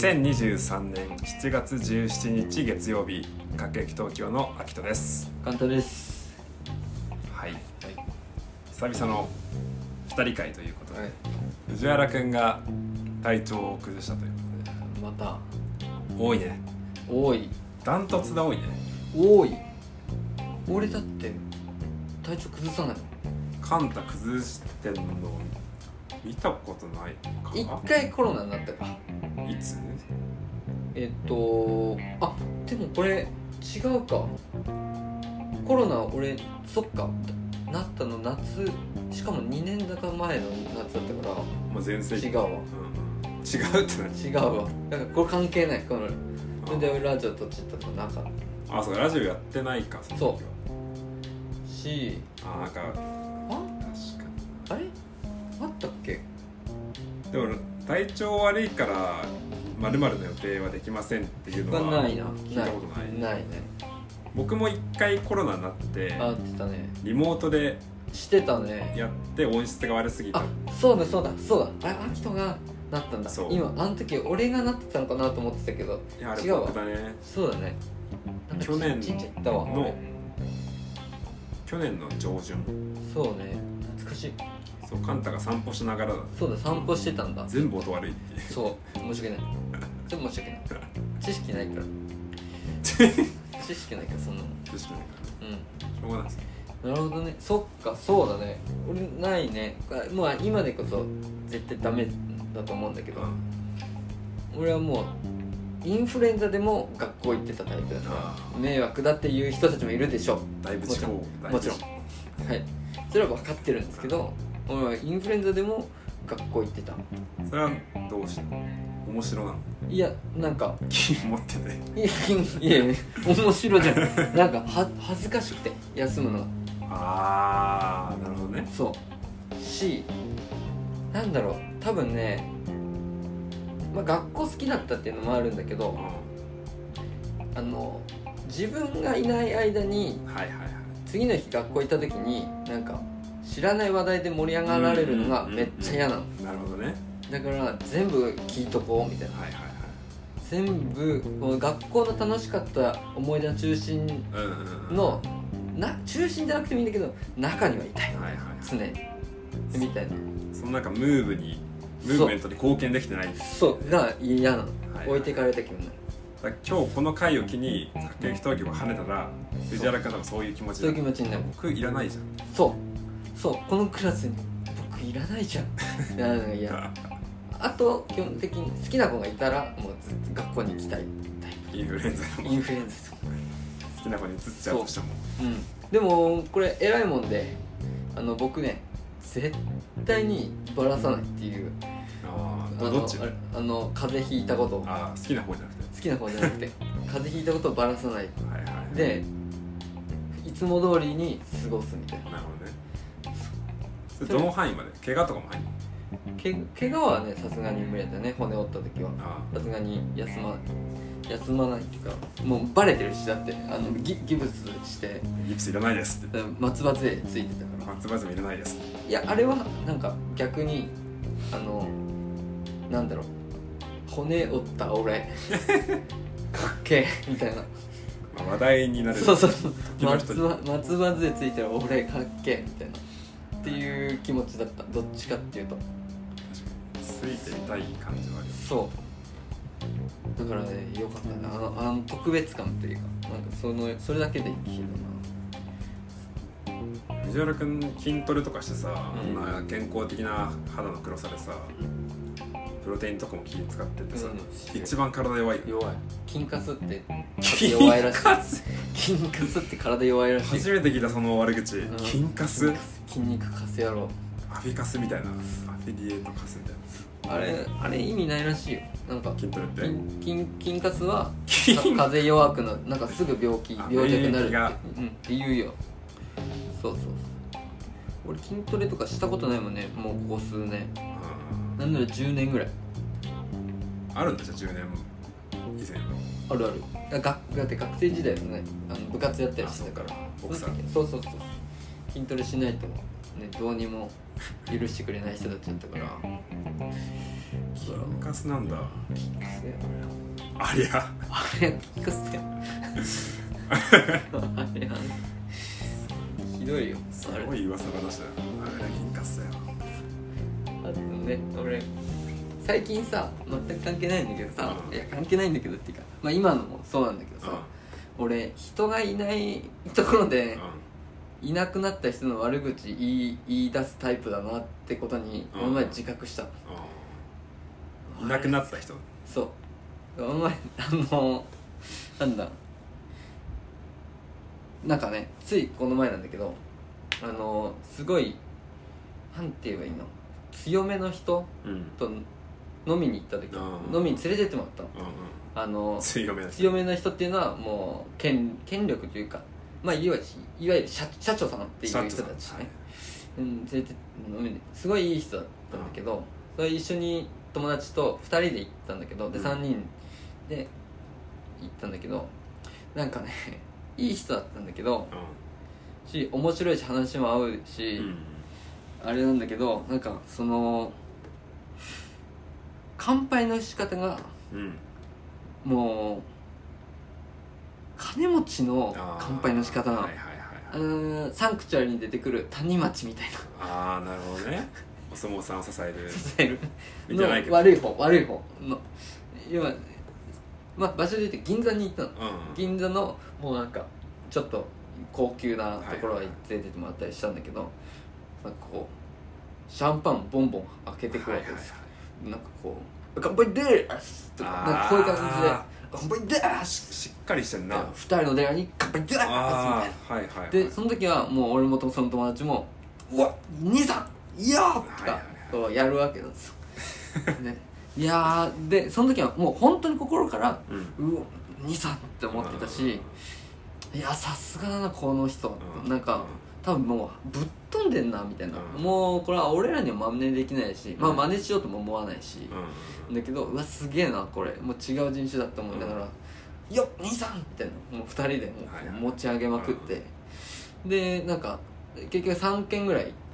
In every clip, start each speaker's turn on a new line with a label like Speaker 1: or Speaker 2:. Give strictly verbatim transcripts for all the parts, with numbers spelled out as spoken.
Speaker 1: せんにじゅうさんねんしちがつじゅうしちにち月曜日、各駅東京の秋人です。
Speaker 2: カンタです。
Speaker 1: はい、はい、久々のふたり会ということで、はい、藤原くんが体調を崩したということで、
Speaker 2: また
Speaker 1: 多いね。
Speaker 2: 多い、
Speaker 1: ダントツで多いね。
Speaker 2: 多い。俺だって体調崩さないの。
Speaker 1: カンタ崩してんの見たことないか。
Speaker 2: 一回コロナになったか。
Speaker 1: いつ？
Speaker 2: えっとあでもこれ違うか。コロナ俺そっかなったの夏、しかもにねんだか前の夏だったから、
Speaker 1: まあ、全盛期。
Speaker 2: 違うわ、うん、
Speaker 1: 違うって
Speaker 2: 何？違うわ。だからこれ関係ない。このそれでラジオとちったとかなかった。
Speaker 1: あ、そうラジオやってないか。その時は
Speaker 2: そうし、
Speaker 1: あ、なんかあ確かに
Speaker 2: あれあったっけ。
Speaker 1: でも体調悪いから〇〇の予定はできませんっていうのは
Speaker 2: ないな。
Speaker 1: 聞いたことない。
Speaker 2: ないね。
Speaker 1: 僕も一回コロナになって
Speaker 2: あってたね。
Speaker 1: リモートで
Speaker 2: してたね。
Speaker 1: やって音質が悪すぎた。
Speaker 2: あ、そうだそうだそうだ。あれ、アキトがなったんだ。今あの時俺がなってたのかなと思ってたけど、
Speaker 1: いやあれ
Speaker 2: 違うわ。
Speaker 1: 僕だね。
Speaker 2: そうだね。
Speaker 1: 去年
Speaker 2: ちんちゃいったわ
Speaker 1: の去年の上旬。
Speaker 2: そうね。懐かしい。
Speaker 1: そう、カンタが散歩しながらだ。
Speaker 2: そうだ、散歩してたんだ。
Speaker 1: 全部音悪いっていう。
Speaker 2: そう申し訳ない。全部申し訳ない。知識ないから知識ないからそんなの。
Speaker 1: 知識ないから。
Speaker 2: うん。
Speaker 1: しょうがないです。
Speaker 2: なるほどね。そっか、そうだね。俺ないね。もう今でこそ絶対ダメだと思うんだけど、うん、俺はもうインフルエンザでも学校行ってたタイプだから迷惑だっていう人たちもいるでしょ。
Speaker 1: だいぶ地方。
Speaker 2: もちろん。はい。それは分かってるんですけど、俺はインフルエンザでも学校行ってた。
Speaker 1: それはどうして面白なの？
Speaker 2: いや、なんか
Speaker 1: 持ってて
Speaker 2: いやいや面白じゃんなんかは恥ずかしくて休むのが。
Speaker 1: あー、なるほどね。
Speaker 2: そうし、なんだろう、多分ね、まあ、学校好きだったっていうのもあるんだけど、うん、あの自分がいない間に、はいはいはい、次の日学校行った時になんか知らない話題で盛り上がられるのがめっちゃ嫌なの。な
Speaker 1: るほどね。
Speaker 2: だから全部聞いとこうみたいな、はいはいはい、全部学校の楽しかった思い出の中心の、うんうん、な中心じゃなくてもいいんだけど中にはいたい、はいはいはい、常にみたいな。
Speaker 1: そのなんかムーブにムーブメントに貢献できてない、
Speaker 2: そうが嫌なの、はいはい、置いてかれた気分になる。
Speaker 1: だ今日この回を機に各駅東京が跳ねたら藤原君はそういう気持ち
Speaker 2: そういう気持ちになる。
Speaker 1: 僕いらないじゃん。
Speaker 2: そうそう、このクラスに僕いらないじゃんいやいやあと基本的に好きな子がいたらもうずっと学校に行きたいタイプ。
Speaker 1: インフルエンザ
Speaker 2: インフルエンザ
Speaker 1: 好きな子に移っちゃうとしても。
Speaker 2: う、うん、でもこれ偉いもんで、あの僕ね絶対にバラさないっていう。
Speaker 1: ああ、どっち？
Speaker 2: あの、あの風邪ひいたことを。
Speaker 1: ああ、好きな方じゃなくて。
Speaker 2: 好きな方じゃなくて風邪ひいたことをバラさない。はいはい、でいつも通りに過ごすみたいな。なるほどね。それどの範囲まで？怪我とかも入るの？け怪我はねさすがに無理だったね。骨折った時はさすがに休ま休まないっていうか、もうバレてるし、だってあの ギ, ギブスして
Speaker 1: ギプスいらないですって
Speaker 2: 松葉杖ついてたから。
Speaker 1: 松葉杖いらないです。
Speaker 2: いや、あれはなんか逆にあのなんだろう、骨折った俺かっけえみたいな、
Speaker 1: まあ、話題になる。
Speaker 2: そうそうそう、松葉松葉杖ついてる俺かっけえみたいなっていう気持ちだった。どっちかっていうと
Speaker 1: ついてみたい感じはある。
Speaker 2: そうだからね、よかったね、あの、あの特別感というか、なんかそのそれだけで生きる
Speaker 1: な。藤原くん筋トレとかしてさ、うん、あんな健康的な肌の黒さでさ、プロテインとかも気使っててさ、うん、一番体弱いよ。
Speaker 2: 弱い。筋カスって体弱いらしい。筋カスって体弱いらしい。
Speaker 1: 初めて聞いたその悪口。うん、筋カス、
Speaker 2: 筋肉カス野郎、
Speaker 1: アフィカスみたいな、アフィリエイトカスみたいな。
Speaker 2: あれあれ意味ないらしいよ。なんか
Speaker 1: 筋トレって
Speaker 2: 筋筋カスは風邪弱くなる、なんかすぐ病気病弱になるって、うん、って言うよ。そうそうそう。俺筋トレとかしたことないもんね、もうここ数年。なんならじゅうねんぐらい
Speaker 1: あるんだ。じゃあじゅうねん以前の
Speaker 2: あるある。だって学生時代のね、あの部活やったりしてたから。
Speaker 1: ボクサー。
Speaker 2: そうそうそう。 筋トレしないとねどうにも許してくれない人たちだったから
Speaker 1: 筋カスなんだ。
Speaker 2: 筋カスだよ
Speaker 1: ありゃ
Speaker 2: あれは筋カスだよあれはひどいよ。
Speaker 1: すごい噂話だよ。あれは筋カスだよ。
Speaker 2: あとね俺最近さ全く関係ないんだけどさ、うん、いや関係ないんだけどっていうか、まあ、今のもそうなんだけどさ、うん、俺人がいないところで、うん、いなくなった人の悪口言い、言い出すタイプだなってことにこの前自覚した、
Speaker 1: うん、いなくなった人。
Speaker 2: そうこの前あのなんだなんかねついこの前なんだけどあのすごいなんて言えばいいの強めの人と飲みに行った時、うん、飲みに連れてってもらったの、うんうん、あの
Speaker 1: 強め,
Speaker 2: 強めの人っていうのはもう 権, 権力というか、まあ、いわゆるいわゆる 社, 社長さんっていう人たちね、はいうん、連れて飲みにすごいいい人だったんだけど、うん、それ一緒に友達とふたりで行ったんだけどでさんにんで行ったんだけどなんかねいい人だったんだけど、うん、し面白いし話も合うし、うんあれなんだけどなんかその乾杯の仕方が、うん、もう金持ちの乾杯の仕方なの、はいはいはいはい、サンクチュアリに出てくる谷町みたいな
Speaker 1: あーなるほどねお相撲さんを支える
Speaker 2: 支える
Speaker 1: 見てないけど
Speaker 2: 悪い方悪い方の今、まあ、場所で言って銀座に行ったの、うんうん、銀座のもうなんかちょっと高級なところに連れてってもらったりしたんだけど、はいはいなんかこうシャンパンボンボン開けてくるわけですよ、はいはいはい、なんかこう乾杯でーすとかなんかこういう感じで乾杯でーす
Speaker 1: しっかりしてんな
Speaker 2: ふたりの出会いに乾杯でーすみたいな、はいはいはい、でその時はもう俺もその友達もうわ兄さんいやーとかこうやるわけなんですよ、ね、いやーでその時はもう本当に心から、うん、うわ兄さんって思ってたしいやさすがだなこの人、うん、なんか多分もうぶっ飛んでんなみたいな、うん、もうこれは俺らには真似できないし、うん、まあ真似しようとも思わないし、うん、だけどうわすげえなこれもう違う人種だと思いながら、うん、よっ兄さんみたいなもうふたりでもう持ち上げまくって、はいはい、でなんか結局さんけんぐらい行って、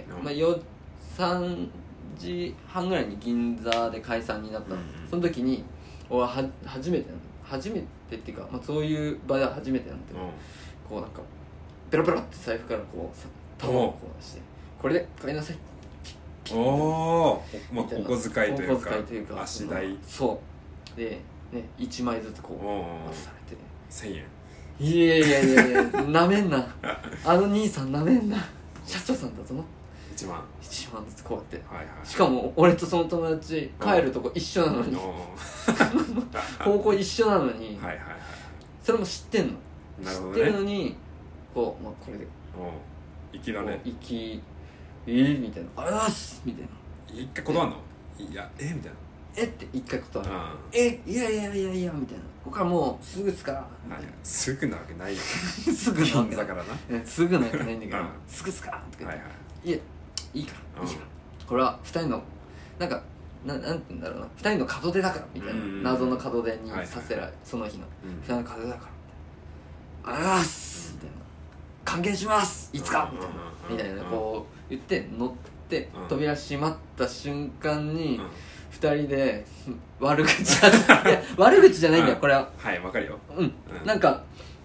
Speaker 2: うんまあ、よさんじはんぐらいに銀座で解散になったの、うん、その時に俺はは初めて初めてっていうか、まあ、そういう場では初めてなんだけど、うん、こうなんかペロペロって財布からこう玉をこう出してこれで買いなさい
Speaker 1: おお、まあ、お小遣いというか、お小遣いというか足代
Speaker 2: そうで、ね、いちまいずつこう渡されて
Speaker 1: せんえん
Speaker 2: いやいやいやいやなめんなあの兄さんなめんな社長さんだぞ
Speaker 1: いちまん
Speaker 2: いちまんずつこうやって、
Speaker 1: はいはい、
Speaker 2: しかも俺とその友達帰るとこ一緒なのに高校一緒なのに、はいはいはい、それも知ってんの
Speaker 1: なるほど、ね、
Speaker 2: 知ってるのにこう、まあ、これで
Speaker 1: 粋だね
Speaker 2: 粋えー、みたいなありがとうございますみたいな
Speaker 1: 一回断るのいやえみたいな
Speaker 2: えって一回断るえいやいやいやいやみたいなここからもうすぐっすから、はい、
Speaker 1: すぐなわけないよ
Speaker 2: すぐなわけないからなすぐなわけないんだけど、うん、すぐっすからとか言って、はいはい、いやいいからいいからこれはふたりのなんかななんて言うんだろうなふたりの門出だからみたいな謎の門出にさせられ、はいはい、その日のふたりの門出だからありがとうございますみたいな歓迎しますいつかみたいなみたいなこう言って乗って扉閉まった瞬間にふたりで悪口じゃない悪口じゃないんだよこれは
Speaker 1: はいわかるよ
Speaker 2: うんなんか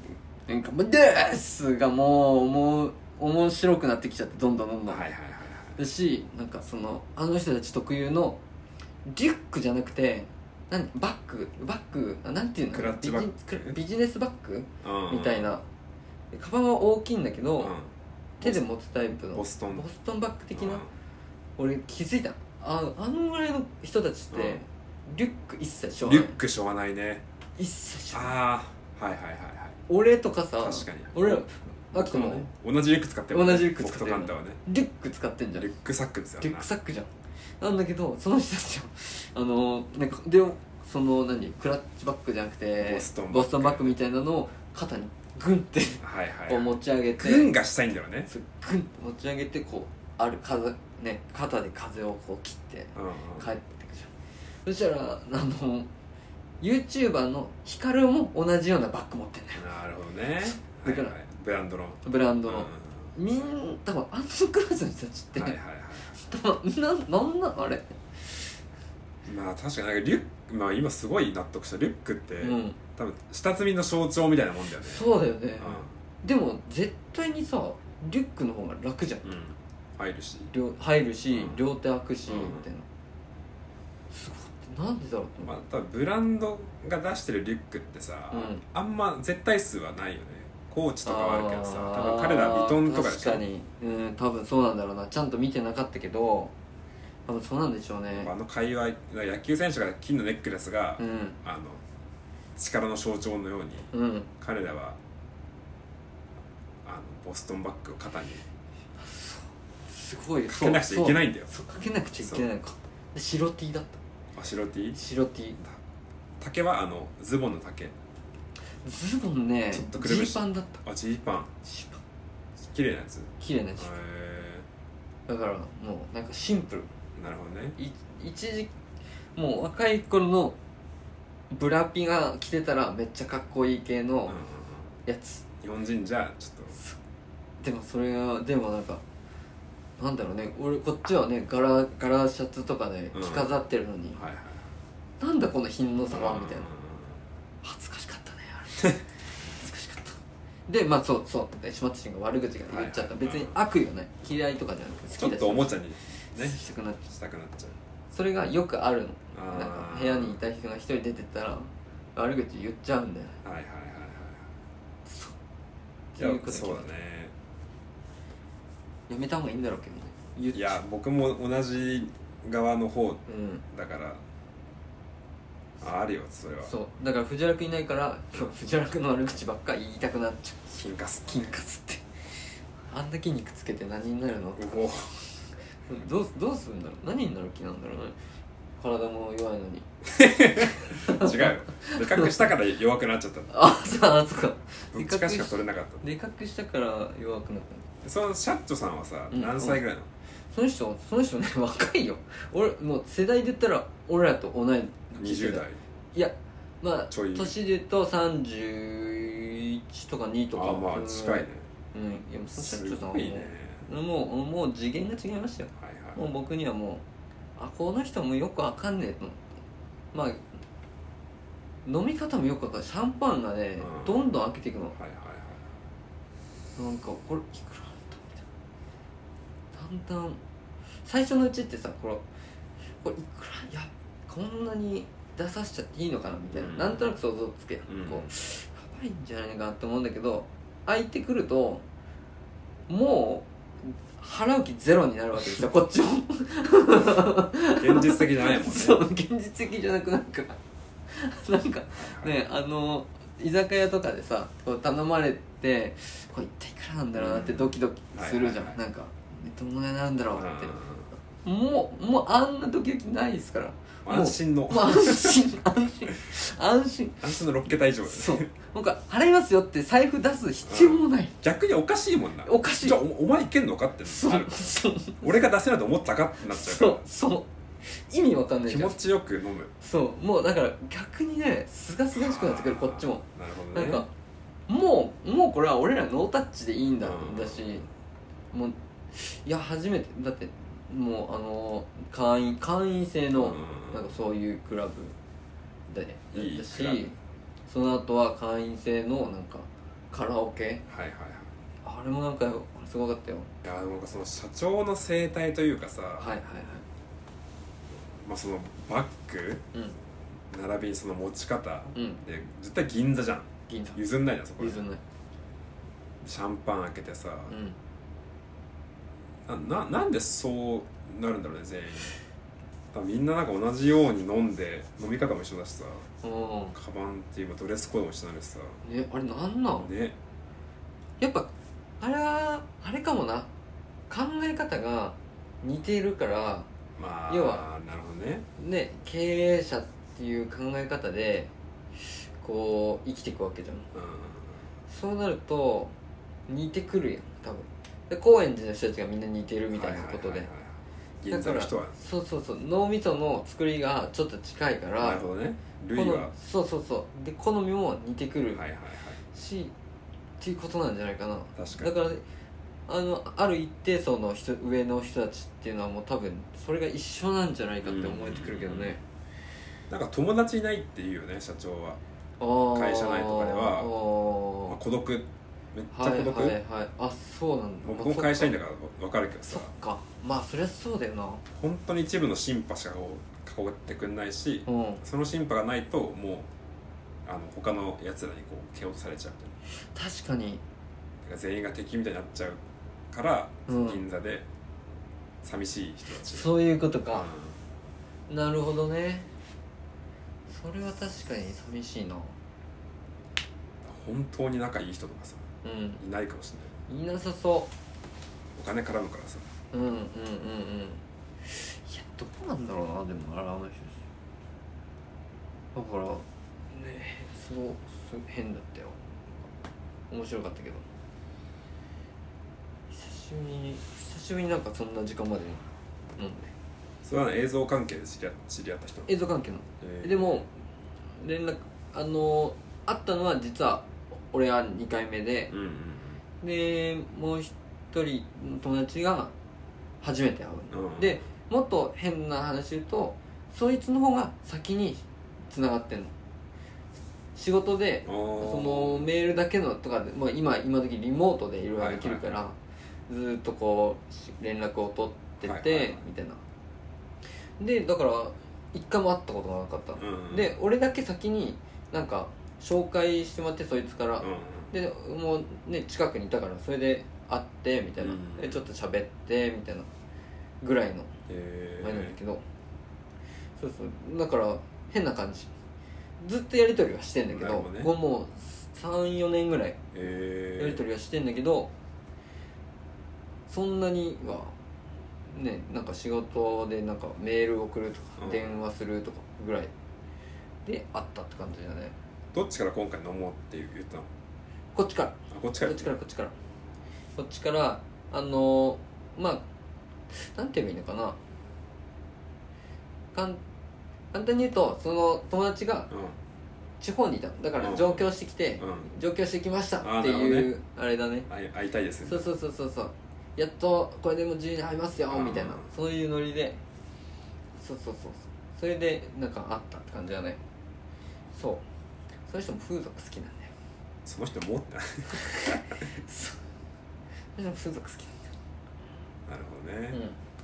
Speaker 2: 「なんかでーす!」がもうもう面白くなってきちゃってどんどんどんどんはいはいはいだしなんかそのあの人たち特有のリュックじゃなくて何バッグバッグなんていうの
Speaker 1: クラッチバッ
Speaker 2: グビジネスバッグみたいなカバンは大きいんだけど、うん、手で持つタイプの
Speaker 1: ボストン
Speaker 2: ボストンバッグ的な、うん、俺気づいたああのぐらいの人たちって、うん、リュック一切しょわない
Speaker 1: リュックしょわないね
Speaker 2: 一切しょわない
Speaker 1: ああはいはいはいはい
Speaker 2: 俺とかさ
Speaker 1: 確かに
Speaker 2: 俺らあきとも
Speaker 1: 同じリュック使ってるもん
Speaker 2: ね同じリュック使ってる
Speaker 1: 僕とカンタはね
Speaker 2: リュック使ってんじゃん
Speaker 1: リュックサックですよ
Speaker 2: リュックサックじゃんなんだけどその人たちはあのなんかでその何クラッチバッグじゃなくてボストンバッグ、ボストンバッグみたいなのを肩にグンってはい、はい、こう持ち上げて
Speaker 1: グンがしたいんだよね
Speaker 2: グンって持ち上げてこうある風、ね、肩で風をこう切って帰ってくじゃん、うんうん、そしたらあの YouTuber のヒカルも同じようなバッグ持ってんだよ
Speaker 1: なるほどね
Speaker 2: だから、
Speaker 1: はいはい、ブランドの
Speaker 2: ブランドの、 みん多分あのクラスの人たちって、はいはいはい、多分ななんなのあれ。
Speaker 1: まあ確かになんかリュック、まあ今すごい納得した。リュックって、うん、多分下積みの象徴みたいなもんだよね。
Speaker 2: そうだよね、うん、でも絶対にさリュックの方が楽じゃん、うん、
Speaker 1: 入るし
Speaker 2: 入るし、うん、両手開くし、うん、みたいな。すごいなんでだろうと思う。
Speaker 1: まあ多分ブランドが出してるリュックってさ、うん、あんま絶対数はないよね。コーチとかはあるけどさ、多分彼らビトンとかでしょ。
Speaker 2: 確かに、うん、多分そうなんだろうな。ちゃんと見てなかったけど多分そうなんでしょうね。
Speaker 1: あの界隈野球選手が金のネックレスが、うん、あの力の象徴のように、うん、彼らはあのボストンバッグを肩に
Speaker 2: すごい
Speaker 1: かけなくちゃいけないんだよ。
Speaker 2: そうかけなくちゃいけないのか。白 T だった。
Speaker 1: あ白 T？
Speaker 2: 白 T。
Speaker 1: 丈はあのズボンの丈。
Speaker 2: ズボンね、ジーパンだった。
Speaker 1: あジーパン。ジーパン。綺麗なやつ。
Speaker 2: 綺麗なやつ。だからもうなんかシンプル。
Speaker 1: なるほどね。
Speaker 2: い一時もう若い頃のブラピが着てたらめっちゃかっこいい系のやつ。
Speaker 1: 日本人じゃちょっ
Speaker 2: と。でもそれがでもなんかなんだろうね。俺こっちはねガラガラシャツとかで着飾ってるのに、うんはいはい、なんだこの品の差はみたいな。恥ずかしかったねあれ。恥ずかしかった。でまあそうそう島津慎が悪口が言っちゃった、はいはい、別に悪意はない嫌いとかじゃなくて好きだし
Speaker 1: ちょっとおもちゃにね
Speaker 2: したくなっちゃう。
Speaker 1: したくなっちゃう。
Speaker 2: それがよくあるの。なんか部屋にいた人が一人出てったら悪口言っちゃうんだよ。
Speaker 1: はいはいはいはい。
Speaker 2: そう
Speaker 1: っていうことそうだね。
Speaker 2: やめた方がいいんだろうけどね。
Speaker 1: いや僕も同じ側の方だから、うん、あ, あるよそれは。
Speaker 2: そうだから藤原君いないから藤原君の悪口ばっか言いたくなっちゃう。
Speaker 1: 金カス
Speaker 2: 金カスってあんな筋肉つけて何になるの。
Speaker 1: お
Speaker 2: どうどうするんだろう。何になる気なんだろうね。体も弱いのに
Speaker 1: 違うでかくしたから弱くなっちゃった。
Speaker 2: あそうあそうか。
Speaker 1: どっちかしか取れなかった。
Speaker 2: でかくしたから弱くなった。
Speaker 1: そのシャッチョさんはさ、うん、何歳ぐらいなの。
Speaker 2: その人その人ね若いよ。俺もう世代で言ったら俺らと同い
Speaker 1: にじゅう代。
Speaker 2: いやまあ年で言うとさんじゅういちとかにとか。
Speaker 1: あまあ近いね。
Speaker 2: うんいやもうそのシャッチョさんはもう
Speaker 1: すごいね。
Speaker 2: もうもう次元が違いましたよ、はいはい、もう僕にはもうあこの人もよくわかんねえとまあ飲み方もよくわかんない。シャンパンがね、うん、どんどん開けていくの、はいはいはい、なんかこれいくらなんだみたいな。だんだん最初のうちってさこれこれいくらいやこんなに出させちゃっていいのかなみたいな、うん、なんとなく想像つけ、うん、こうやばいんじゃないかなって思うんだけど開いてくるともう払う気ゼロになるわけですよこっちも
Speaker 1: 現実的じゃないもんね。
Speaker 2: そう現実的じゃなくなるからなんかねあの居酒屋とかでさこう頼まれてこれ一体いくらなんだろうなってドキドキするじゃん、はいはいはい、なんかどのぐらいなんだろうってもうもうあんなドキドキないですから
Speaker 1: 安心の
Speaker 2: 安心安心安心
Speaker 1: 安心のろっけた以上です
Speaker 2: ね。そう僕は払いますよって財布出す必要もない。
Speaker 1: 逆におかしいもんな。
Speaker 2: おかしい。
Speaker 1: じゃあ お, お前いけんのかってなる。そう俺が出せないと思ったかってなっちゃうから。
Speaker 2: そうそう意味わかんないじゃん。
Speaker 1: 気持ちよく飲む。
Speaker 2: そうもうだから逆にねすがすがしくなってくるこっちも。
Speaker 1: なるほどね。
Speaker 2: なんかもうもうこれは俺らノータッチでいいんだ、うん、だしもういや初めてだってもうあの会員会員制の、うんなんかそういうクラブで
Speaker 1: いい
Speaker 2: だしその後は会員制のなんかカラオケ、はいはいはい、あれもなんかすごかったよ。
Speaker 1: いやなんかその社長の生態というかさ、はいはいはいまあ、そのバッグ、うん、並びにその持ち方、うん、で絶対銀座じゃん。
Speaker 2: 銀座
Speaker 1: 譲んないじゃんそこで。
Speaker 2: 譲んない。
Speaker 1: シャンパン開けてさ、うん、な, な, なんでそうなるんだろうね全員。みんななんか同じように飲んで飲み方も一緒だしさ、うん、カバンっていうかドレスコードも一緒なんですさ
Speaker 2: ね。あれなんなん
Speaker 1: ね。
Speaker 2: やっぱあれはあれかもな考え方が似てるから
Speaker 1: まあ
Speaker 2: 要は
Speaker 1: なるほどね
Speaker 2: ね経営者っていう考え方でこう生きていくわけじゃん、うん、そうなると似てくるやん多分で高円寺の人たちがみんな似てるみたいなことで、はいはいはいはい
Speaker 1: 銀座の人は
Speaker 2: そうそうそう脳みその作りがちょっと近いから
Speaker 1: なるほどね類は
Speaker 2: そうそうそうで好みも似てくるし、はいはいはい、っていうことなんじゃないかな。
Speaker 1: 確かに
Speaker 2: だからあのある一定層の人上の人たちっていうのはもう多分それが一緒なんじゃないかって思えてくるけどね、
Speaker 1: うん、なんか友達いないっていうよね社長は。会社内とかでは、まあ、孤独めっちゃ孤独、
Speaker 2: はいはいはい、あそうなんだ。
Speaker 1: 僕も会社員だから分かるけどさ、
Speaker 2: そっか、まあそりゃそうだよな。
Speaker 1: 本当に一部のシンパしか囲ってくんないし、うん、そのシンパがないともうあの他のやつらにこう蹴落とされちゃうみたいな。
Speaker 2: 確かに
Speaker 1: 全員が敵みたいになっちゃうから、うん、銀座で寂しい人たち。
Speaker 2: そういうことか、うん、なるほどね。それは確かに寂しいな。
Speaker 1: 本当に仲いい人とかさ、うん、いないかもしれない。
Speaker 2: いなさそう。お
Speaker 1: 金絡むからさ。
Speaker 2: うんうんうんうん。いやどうなんだろうな。でもあれあの人だからね、すごい変だったよ。面白かったけど久しぶりに久しぶりになんかそんな時間まで飲んで。
Speaker 1: それは、ね、映像関係で知り合知り合った人。
Speaker 2: 映像関係の、えー、でも連絡あの会ったのは実は俺はにかいめで、うんうんうん、でもう一人の友達が初めて会う、うんうん、でもっと変な話言うとそいつの方が先に繋がってんの。仕事でそのメールだけのとかで、まあ、今今時リモートでいろいろできるから、はいはい、ずっとこう連絡を取ってて、はいはいはい、みたいな。でだから一回も会ったことがなかった、うんうん、で俺だけ先になんか紹介してもらってそいつから、うんうん、でもうね近くにいたからそれで会ってみたいな、うんうん、でちょっと喋ってみたいなぐらいのあれなんだけど、そうそうだから変な感じずっとやり取りはしてんだけど、ね、もう さん,よ 年ぐらいやり取りはしてんだけど、そんなにはね、なんか仕事でなんかメール送るとか、うん、電話するとかぐらいであったって感じだね。
Speaker 1: どっちから今回飲もうって言ったの？
Speaker 2: こっちから。
Speaker 1: あ、こっちから。
Speaker 2: こっちからこっちからこっちからあのまあなんて言えばいいのかな。かん簡単に言うとその友達が地方にいただから上京してきて、うん、上京してきましたっていう あ,、ね、あれだね。
Speaker 1: 会いたいですね。
Speaker 2: そうそうそうそうそう。やっとこれでも自由に会いますよみたいな、そういうノリで、そうそうそうそう、それでなんかあったって感じだね。そう、その人も風俗好きなんだよ。
Speaker 1: その人もって
Speaker 2: そう、その人も風俗好きなんだよ。
Speaker 1: なるほどね、うん、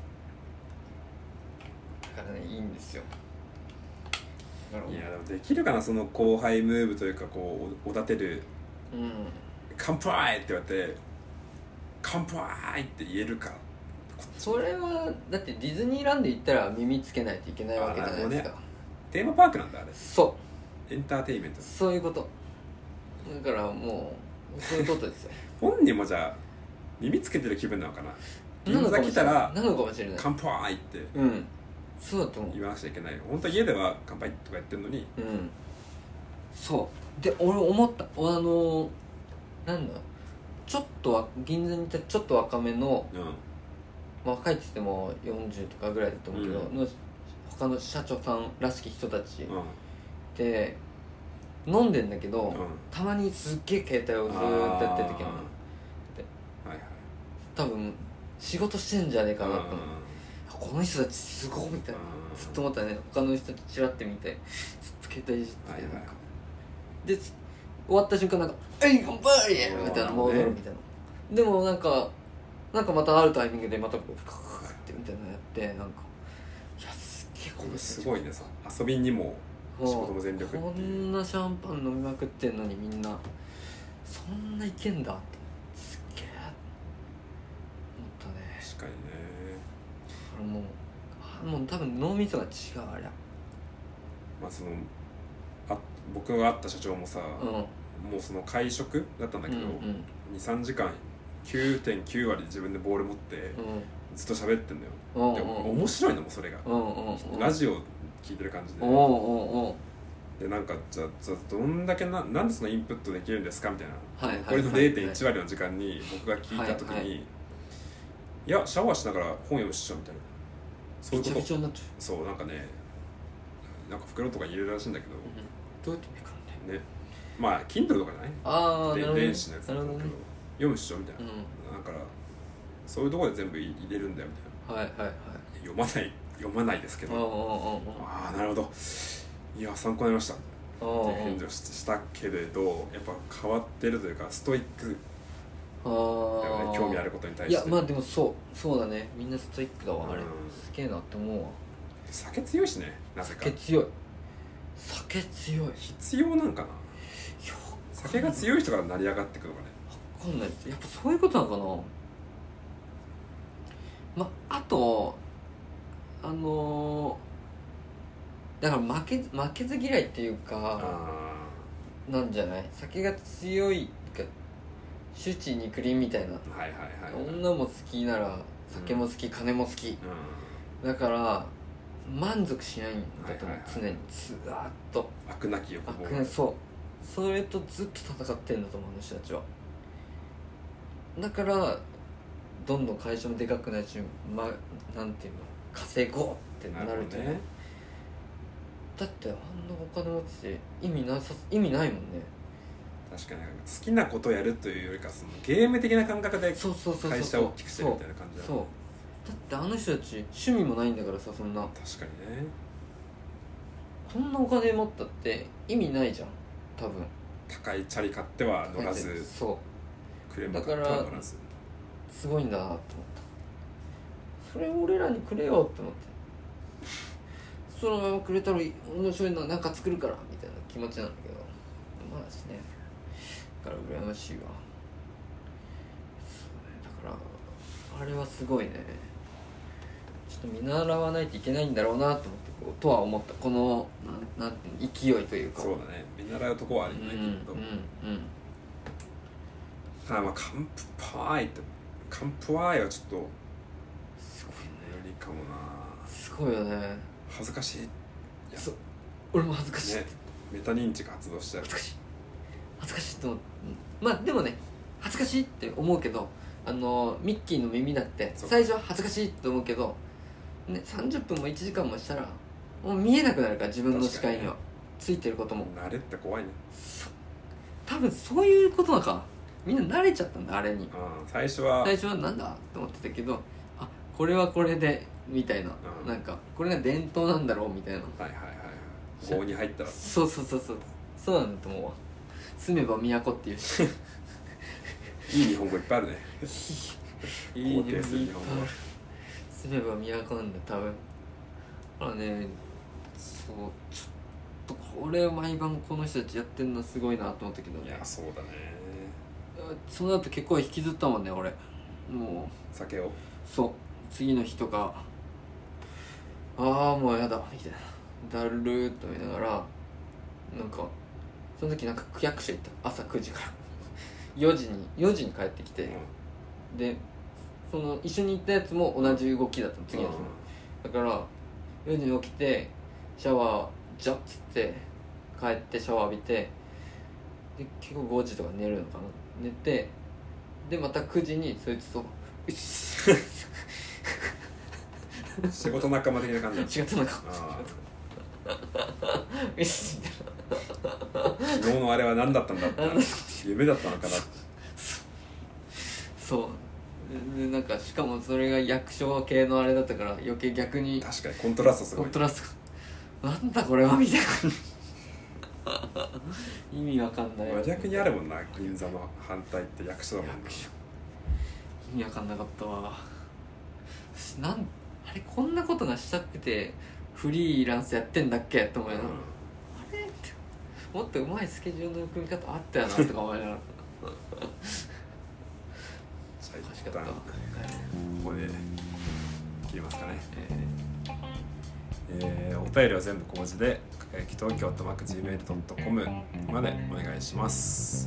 Speaker 2: だからねいいんですよ。
Speaker 1: いやでもできるかな、その後輩ムーブというかこうおだてる、うん、乾杯って言われて乾杯って言えるか。
Speaker 2: それはだってディズニーランド行ったら耳つけないといけないわけじゃないですか、ね、
Speaker 1: テーマパークなんだあれ。
Speaker 2: そう
Speaker 1: エンターテインメント。
Speaker 2: そういうこと。だからもうそういうことですよ
Speaker 1: 本人もじゃあ耳つけてる気分なのかな。銀座来たら
Speaker 2: なのかもしれない。
Speaker 1: 乾杯って、
Speaker 2: うん、そうだと思う。
Speaker 1: 言わなくちゃいけない。本当は家では乾杯とか言ってるのに、
Speaker 2: うん、そうで俺思った。あのなんだちょっとは銀座にいたちょっと若めの、うん、まあ、若いって言ってもよんじゅうとかぐらいだと思うけど、うん、の他の社長さんらしき人たち、うん、で飲んでんだけど、うん、たまにすっげえ携帯をずーっとやってる時もで、はいはい、多分仕事してんじゃねえかなと思って、この人たちすごいみたいなずっと思ったね。他の人たちチラって見てずっと携帯いじって、はいはい、で終わった瞬間なんか「えい乾杯!」みたいな戻るみたいな、ね、でもなんかなんかまたあるタイミングでまたこうクククってみたいなのやってなんかいやすっげえこれ
Speaker 1: すごいね。さ遊びにも仕事も全力っていう。
Speaker 2: こんなシャンパン飲みまくってんのにみんなそんないけんだってすっげえ思ったね。
Speaker 1: 確かにね。
Speaker 2: だからもうもう多分脳みそが違うありゃ。
Speaker 1: まあそのあ僕が会った社長もさ、うん、もうその会食だったんだけど、うんうん、にさんじかん きゅうてんきゅう 割自分でボール持って、うん、ずっと喋ってんのよ、うんうん、で面白いのもそれが、うんうんうん、ラジオ聞いてる感じで、うんうんうん、でなんかじゃあどんだけななんでそのインプットできるんですかみたいな、はいはいはいはい、これの れいてんいち 割の時間に僕が聞いた時に、はいはい、いやシャワーしながら本読むっしょみたいな、
Speaker 2: そういうこと。びちゃびちゃになっちゃう。
Speaker 1: そうなんかね、なんか袋とかに入れるらしいんだけど、うん、
Speaker 2: どうやって見るか
Speaker 1: ね。まあ Kindle とかじゃない？
Speaker 2: ああ、
Speaker 1: 電子のやつだけど、ね、読むっしょみたいな、うん、だからそういうところで全部入れるんだよみたいな。
Speaker 2: はいはいはい。
Speaker 1: 読まない読まないですけど、ああなるほど、いや参考になりましたっていう返事をしたけれど、やっぱ変わってるというかストイックだよね、興味あることに対して。
Speaker 2: いやまあでもそうそうだね、みんなストイックだわ、うん、あれすげえなって思うわ。
Speaker 1: 酒強いしね、なぜか
Speaker 2: 酒強い酒強い
Speaker 1: 必要なんかな。酒が強い人から成り上がってくるのかね、
Speaker 2: 分かんないです。やっぱそういうことなのかな。まあとあのー、だから負け負けず嫌いっていうかなんじゃない、酒が強いか酒池肉林みたいな、
Speaker 1: はいはいはい、
Speaker 2: 女も好きなら酒も好き、うん、金も好き、うん、だから満足しないんだと思う、はいはいはい、常にずーっと
Speaker 1: 飽くなき欲望、
Speaker 2: 悪そうそれとずっと戦ってんだと思う、あの人たちは。だからどんどん会社もでかくなるし、ま、なんていうの稼ごうってなるとね。だってあんなお金持ちって意味なさ意味ないもんね。
Speaker 1: 確かに好きなことをやるというよりかそのゲーム的な感覚で会社を大きくしてるみたいな感じだね。
Speaker 2: そうだってあの人たち趣味もないんだからさ、そんな。
Speaker 1: 確かにね。
Speaker 2: こんなお金持ったって意味ないじゃん多分。
Speaker 1: 高いチャリ買っては乗らず、
Speaker 2: そう
Speaker 1: 車買っては乗らず、
Speaker 2: すごいんだなと思った。それを俺らにくれよって思って、そのままくれたら面白いのなんか作るからみたいな気持ちなんだけど、まあしね、だから羨ましいわ。そうね、だからあれはすごいね。ちょっと見習わないといけないんだろうなと思ってとは思った。このなんなん勢いというか。
Speaker 1: そうだね、見習うとこはあるよね、
Speaker 2: うん、
Speaker 1: きっと。
Speaker 2: うんうん。
Speaker 1: あ、まあカンプパーイってカンプワイはちょっと
Speaker 2: すごい
Speaker 1: ね、よりかもな。
Speaker 2: すごいよね。
Speaker 1: 恥ずかしい。い
Speaker 2: やそう、俺も恥ずかしい、ね、
Speaker 1: メタ認知が発動しちゃう。
Speaker 2: 恥ずかしい恥ずかしいと思う。まあでもね、恥ずかしいって思うけど、あのミッキーの耳だって最初は恥ずかしいって思うけど、ね、さんじゅっぷんもいちじかんもしたらもう見えなくなるから、自分の視界には、ね、ついてることも。
Speaker 1: 慣れって怖いね。
Speaker 2: 多分そういうことだから、みんな慣れちゃったんだあれに。
Speaker 1: 最初は
Speaker 2: 最初はなんだって思ってたけど、あ、これはこれでみたいな、うん、なんかこれが伝統なんだろうみたいな。
Speaker 1: はいはいはいはい。郷に入ったら
Speaker 2: そうそうそうそうそうなんだと思うわ。住めば都っていうし
Speaker 1: いい日本語いっぱいあるね
Speaker 2: いい日本語いっぱいある。住めば都なんだ多分。だからね、そうちょっとこれ毎晩この人たちやってんのすごいなと思ったけどね。
Speaker 1: いやそうだね。
Speaker 2: その後結構引きずったもんね俺。もう
Speaker 1: 酒を。
Speaker 2: そう次の日とか、ああもうやだみたいな、だるーっと見ながら、なんかその時なんか区役所行った、朝くじからよじによじに帰ってきて、うん、でその一緒に行ったやつも同じ動きだったの次の日も、うん、だからよじに起きてシャワージャッつって帰ってシャワー浴びて、で結構ごじとか寝るのかな、寝て、でまたくじにそいつと
Speaker 1: 仕事仲間的な感じだ。
Speaker 2: 仕事仲間よし
Speaker 1: 昨日のあれは何だったんだって夢だったのかな。
Speaker 2: そうで、なんかしかもそれが役所系のあれだったから余計逆に
Speaker 1: 確かにコントラストすごい。
Speaker 2: コントラストなんだこれはみたいな意味わかんない。
Speaker 1: 真逆にあるもんな、銀座の反対って役所だもんな。
Speaker 2: 意味わかんなかったわ。なんあれこんなことがしたくてフリーランスやってんだっけと思いながら、うん、あれってもっと上手いスケジュールの組み方あったよなとか思いながら
Speaker 1: 最高だった。ここで切りますかね。えーえー、お便りは全部小文字でかかやき東京アットマーク ジーメールドットコム までお願いします。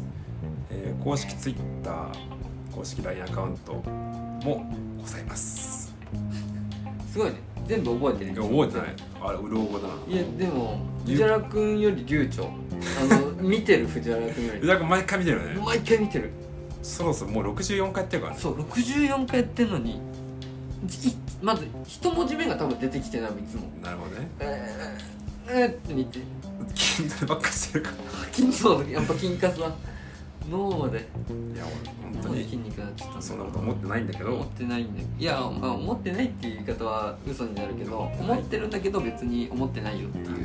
Speaker 1: えー、公式 Twitter、公式 ライン アカウントもございます。
Speaker 2: すごいね、全部覚えてる。
Speaker 1: いや覚えてない。あれうろ覚えだな。
Speaker 2: いやでも藤原くんより流暢。あの見てる藤原くんより。
Speaker 1: 藤原くん毎回見てるよね。
Speaker 2: 毎回見てる。
Speaker 1: そろそろもうろくじゅうよんかいやってるからね。
Speaker 2: そうろくじゅうよんかいやってんのに、まず一文字目が多分出てきてないいつも。
Speaker 1: なるほどね。
Speaker 2: えー、えーって見て
Speaker 1: 筋トレばっかしてるから。
Speaker 2: 筋そうやっぱ筋活は脳まで
Speaker 1: いや本当に
Speaker 2: 筋肉になっちゃった。
Speaker 1: そんなこと思ってないんだけど
Speaker 2: 思ってないんだいや、まあ、思ってないっていう言い方は嘘になるけど、思ってるんだけど別に思ってないよっていう、うん、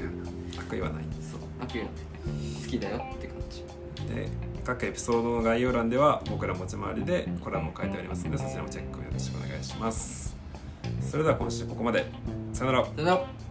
Speaker 1: 悪意はない。
Speaker 2: そう悪意はない、好きだよって感じ
Speaker 1: で、各エピソードの概要欄では僕ら持ち回りでコラムを書いてありますので、そちらもチェックよろしくお願いします。それでは今週ここまで。さよなら。
Speaker 2: さよなら。